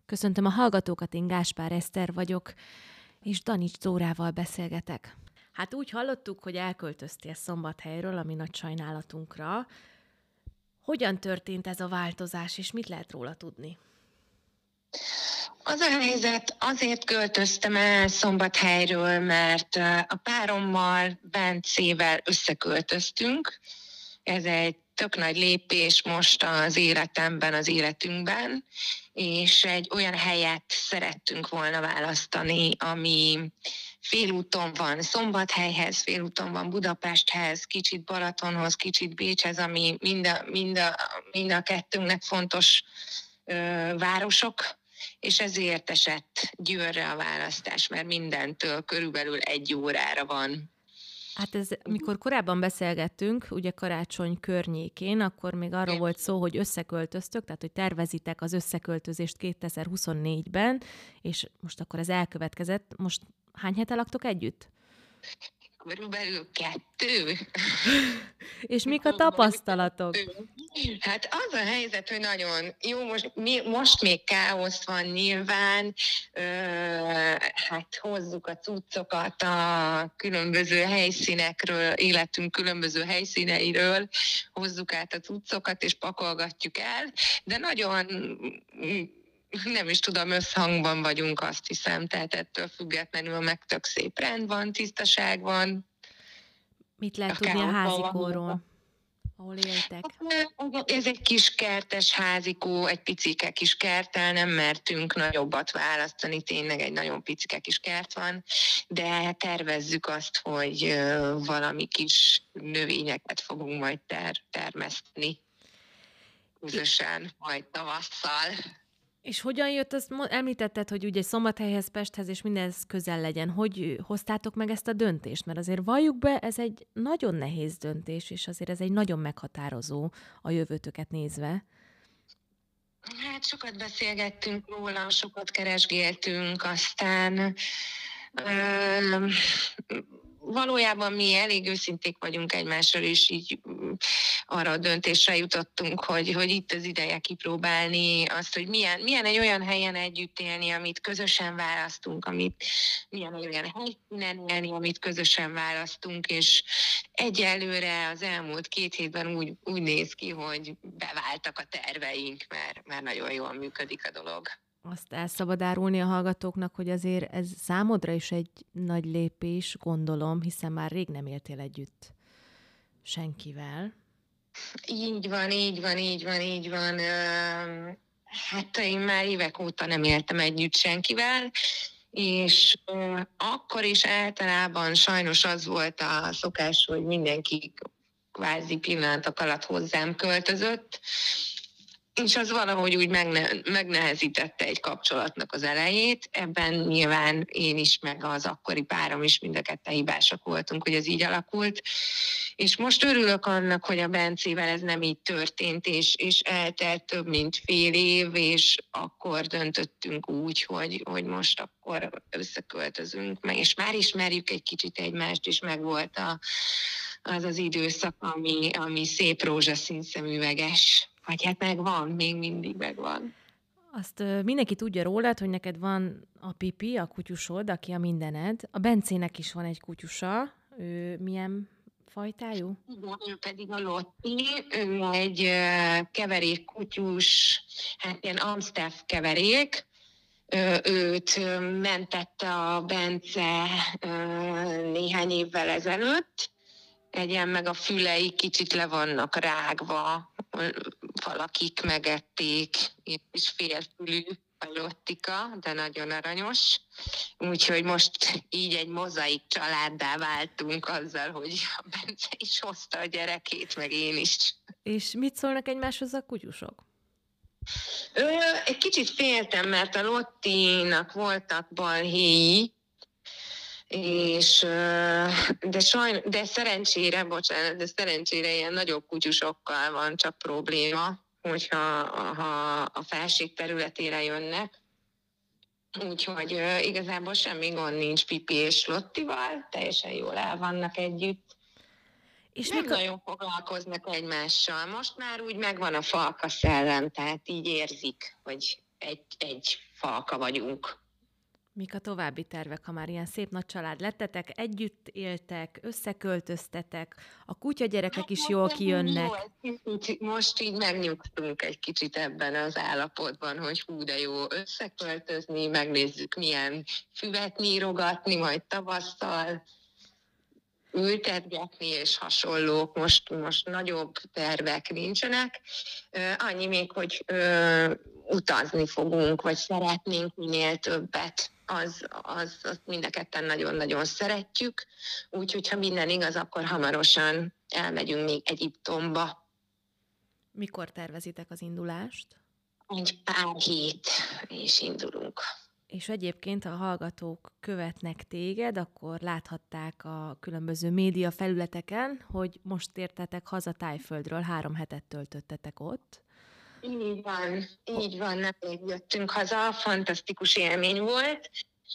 Köszöntöm a hallgatókat, én Gáspár Eszter vagyok, és Danics Zórával beszélgetek. Hát úgy hallottuk, hogy elköltöztél Szombathelyről, ami nagy sajnálatunkra. Hogyan történt ez a változás, és mit lehet róla tudni? Az a helyzet, azért költöztem el Szombathelyről, mert a párommal, Bencével összeköltöztünk. Ez egy tök nagy lépés most az életemben, az életünkben, és egy olyan helyet szerettünk volna választani, ami félúton van Szombathelyhez, félúton van Budapesthez, kicsit Balatonhoz, kicsit Bécshez, ami mind a kettőnknek fontos városok, és ezért esett Győrre a választás, mert mindentől körülbelül 1 órára van. Hát ez, mikor korábban beszélgettünk, ugye karácsony környékén, akkor még arról volt szó, hogy összeköltöztök, tehát hogy tervezitek az összeköltözést 2024-ben, és most akkor ez elkövetkezett. Most hány hete laktok együtt? Körülbelül 2. És mik a tapasztalatok? Hát az a helyzet, hogy nagyon jó, most még káosz van nyilván, hát hozzuk a cuccokat a különböző helyszínekről, életünk különböző helyszíneiről, hozzuk át a cuccokat és pakolgatjuk el, de nagyon nem is tudom, összhangban vagyunk, azt hiszem, tehát ettől függetlenül meg tök szép rend van, tisztaság van. Mit lehet tudni a házikóról, ahol éltek? Ez egy kis kertes házikó, egy picike kis kerttel, nem mertünk nagyobbat választani, tényleg egy nagyon picike kis kert van, de tervezzük azt, hogy valami kis növényeket fogunk majd termeszteni közösen, majd tavasszal. És hogyan jött, azt említetted, hogy ugye Szombathelyhez, Pesthez és mindez közel legyen. Hogy hoztátok meg ezt a döntést? Mert azért valljuk be, ez egy nagyon nehéz döntés, és azért ez egy nagyon meghatározó a jövőtöket nézve. Hát sokat beszélgettünk róla, sokat keresgéltünk, aztán valójában mi elég őszinték vagyunk egymással, és így arra a döntésre jutottunk, hogy itt az ideje kipróbálni azt, hogy milyen egy olyan helyen együtt élni, amit közösen választunk, milyen olyan helyszínen élni, amit közösen választunk, és egyelőre az elmúlt 2 hétben úgy néz ki, hogy beváltak a terveink, mert nagyon jól működik a dolog. Azt el szabad árulni a hallgatóknak, hogy azért ez számodra is egy nagy lépés, gondolom, hiszen már rég nem éltél együtt senkivel. Így van. Hát én már évek óta nem éltem együtt senkivel, és akkor is általában sajnos az volt a szokás, hogy mindenki kvázi pillanatok alatt hozzám költözött, és az valahogy úgy megnehezítette egy kapcsolatnak az elejét. Ebben nyilván én is, meg az akkori párom is mind a ketten hibásak voltunk, hogy ez így alakult. És most örülök annak, hogy a Bencével ez nem így történt, és eltelt több mint fél év, és akkor döntöttünk úgy, hogy most akkor összeköltözünk meg, és már ismerjük egy kicsit egymást, és megvolt az időszak, ami szép rózsaszín szemüveges. Vagy hát megvan, még mindig megvan. Azt mindenki tudja rólad, hogy neked van a Pipi, a kutyusod, aki a mindened. A Bencének is van egy kutyusa. Ő milyen fajtájú? Igen, ő pedig a Lotti. Ő egy keverék kutyus, hát ilyen Amstaff keverék. Őt mentette a Bence néhány évvel ezelőtt. Egyen meg a fülei kicsit le vannak rágva, valakik megették, és félfülű a Lottika, de nagyon aranyos. Úgyhogy most így egy mozaik családdá váltunk azzal, hogy a Bence is hozta a gyerekét, meg én is. És mit szólnak egymáshoz a kutyusok? Egy kicsit féltem, mert a Lottinak voltak balhéi, és de szerencsére ilyen nagyobb kutyusokkal van csak probléma, hogyha a felség területére jönnek. Úgyhogy igazából semmi gond nincs Pipi és Lottival, teljesen jól el vannak együtt. És nem nagyon foglalkoznak egymással. Most már úgy megvan a falka szellem, tehát így érzik, hogy egy falka vagyunk. Mik a további tervek, ha már ilyen szép nagy család lettetek, együtt éltek, összeköltöztetek, a kutyagyerekek is jól kijönnek? Most így megnyugtunk egy kicsit ebben az állapotban, hogy hú, de jó összeköltözni, megnézzük, milyen füvet nyírogatni, majd tavasszal ültetgetni és hasonlók. Most nagyobb tervek nincsenek. Annyi még, hogy utazni fogunk, vagy szeretnénk minél többet. Az mind a ketten nagyon-nagyon szeretjük. Úgyhogy, ha minden igaz, akkor hamarosan elmegyünk még Egyiptomba. Mikor tervezitek az indulást? Egy pár hét, és indulunk. És egyébként, ha a hallgatók követnek téged, akkor láthatták a különböző média felületeken, hogy most tértetek haza Thaiföldről, 3 hetet töltöttetek ott. Így van, nemrég jöttünk haza, fantasztikus élmény volt.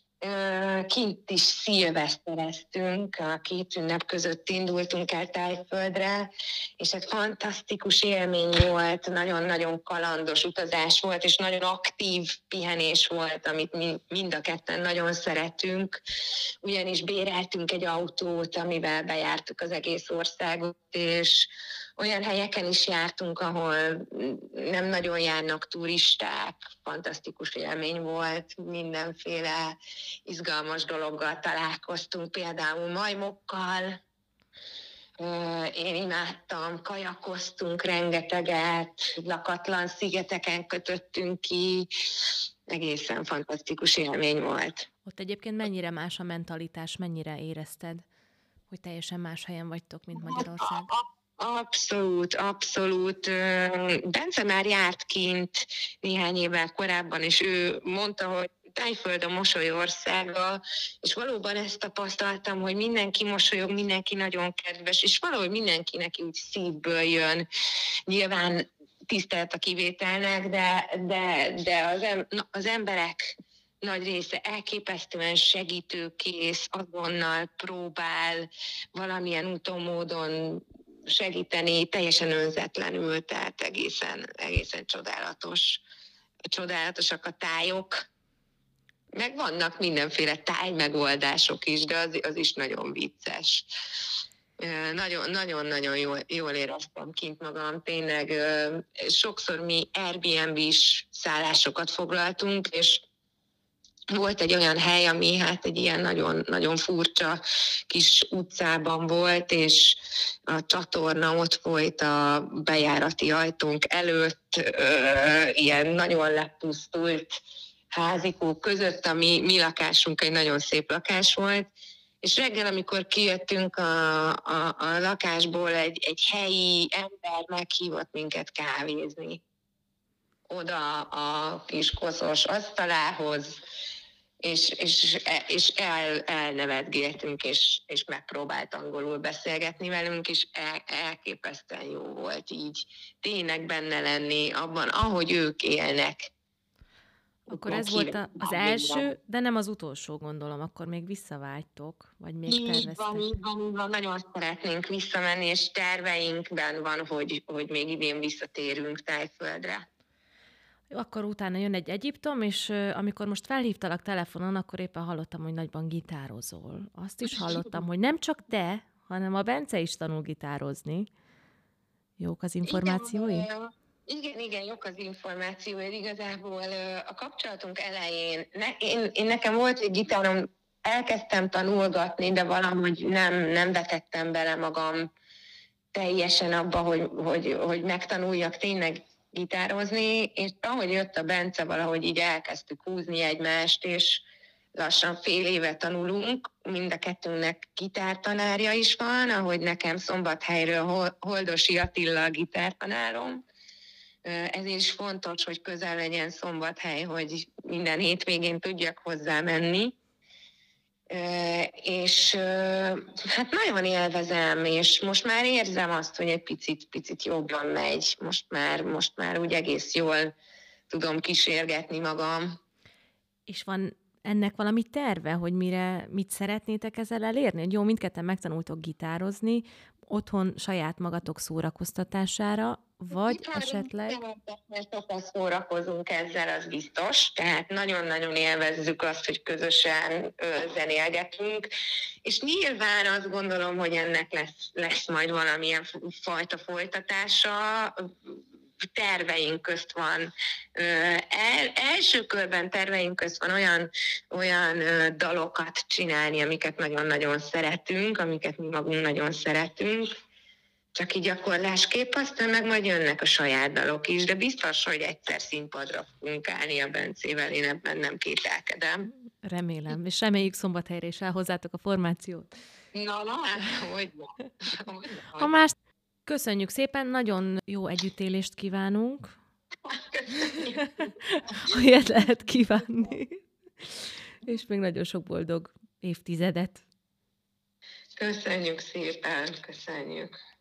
Kint is szilvesztereztünk, a 2 ünnep között indultunk el Thaiföldre, és egy fantasztikus élmény volt, nagyon-nagyon kalandos utazás volt, és nagyon aktív pihenés volt, amit mind a ketten nagyon szeretünk. Ugyanis béreltünk egy autót, amivel bejártuk az egész országot, és olyan helyeken is jártunk, ahol nem nagyon járnak turisták, fantasztikus élmény volt, mindenféle izgalmas dologgal találkoztunk, például majmokkal, én imádtam, kajakoztunk rengeteget, lakatlan szigeteken kötöttünk ki, egészen fantasztikus élmény volt. Ott egyébként mennyire más a mentalitás, mennyire érezted, hogy teljesen más helyen vagytok, mint Magyarország? Abszolút. Bence már járt kint néhány évvel korábban, és ő mondta, hogy Thaiföld a mosoly országa, és valóban ezt tapasztaltam, hogy mindenki mosolyog, mindenki nagyon kedves, és valahogy mindenkinek úgy szívből jön. Nyilván tisztelt a kivételnek, de az emberek nagy része elképesztően segítőkész, azonnal próbál valamilyen úton, módon segíteni, teljesen önzetlenül, tehát egészen csodálatosak a tájok. Meg vannak mindenféle tájmegoldások is, de az is nagyon vicces. Nagyon-nagyon jól éreztem kint magam, tényleg sokszor mi Airbnb-s szállásokat foglaltunk, és volt egy olyan hely, ami hát egy ilyen nagyon, nagyon furcsa kis utcában volt, és a csatorna ott folyt a bejárati ajtónk előtt, ilyen nagyon lepusztult házikók között, mi lakásunk egy nagyon szép lakás volt, és reggel, amikor kijöttünk a lakásból, egy helyi ember meghívott minket kávézni. Oda a kis koszos asztalához, és elnevetgéltünk, és megpróbált angolul beszélgetni velünk, és elképesztően jó volt így tényleg benne lenni abban, ahogy ők élnek. Akkor ez volt az első, de nem az utolsó, gondolom, akkor még visszavágytok, vagy még terveztek? Így van, nagyon szeretnénk visszamenni, és terveinkben van, hogy még idén visszatérünk Thaiföldre. Jó, akkor utána jön egy Egyiptom, és amikor most felhívtalak telefonon, akkor éppen hallottam, hogy nagyban gitározol. Azt is hallottam, hogy nem csak te, hanem a Bence is tanul gitározni. Jók az információi? Igen, jók az információid. Igazából a kapcsolatunk elején, nekem volt egy gitárom, elkezdtem tanulgatni, de valahogy nem vetettem bele magam teljesen abba, hogy megtanuljak tényleg gitározni, és ahogy jött a Bence, valahogy így elkezdtük húzni egymást, és lassan fél éve tanulunk, mind a kettőnknek gitártanárja is van, ahogy nekem Szombathelyről Holdosi Attila a gitártanárom. Ezért is fontos, hogy közel legyen Szombathely, hogy minden hétvégén tudjak hozzá menni. És hát nagyon élvezem, és most már érzem azt, hogy egy picit jobban megy. Most már úgy egész jól tudom kísérgetni magam. És van ennek valami terve, hogy mit szeretnétek ezzel elérni? Jó, mindketten megtanultok gitározni, otthon saját magatok szórakoztatására, vagy Itt esetleg... mert sokat szórakozunk ezzel, az biztos. Tehát nagyon-nagyon élvezzük azt, hogy közösen zenélgetünk, és nyilván azt gondolom, hogy ennek lesz majd valamilyen fajta folytatása. Terveink közt van, első körben terveink közt van olyan dalokat csinálni, amiket nagyon-nagyon szeretünk, amiket mi magunk nagyon szeretünk, csak így gyakorlásképp, aztán meg majd jönnek a saját dalok is, de biztos, hogy egyszer színpadra fogunk állni a Bencével, én ebben nem kételkedem. Remélem, és reméljük Szombathelyre is elhozzátok a formációt. Na, hogy Ha más, köszönjük szépen, nagyon jó együttélést kívánunk. Ha ilyet lehet kívánni. És még nagyon sok boldog évtizedet. Köszönjük szépen, köszönjük.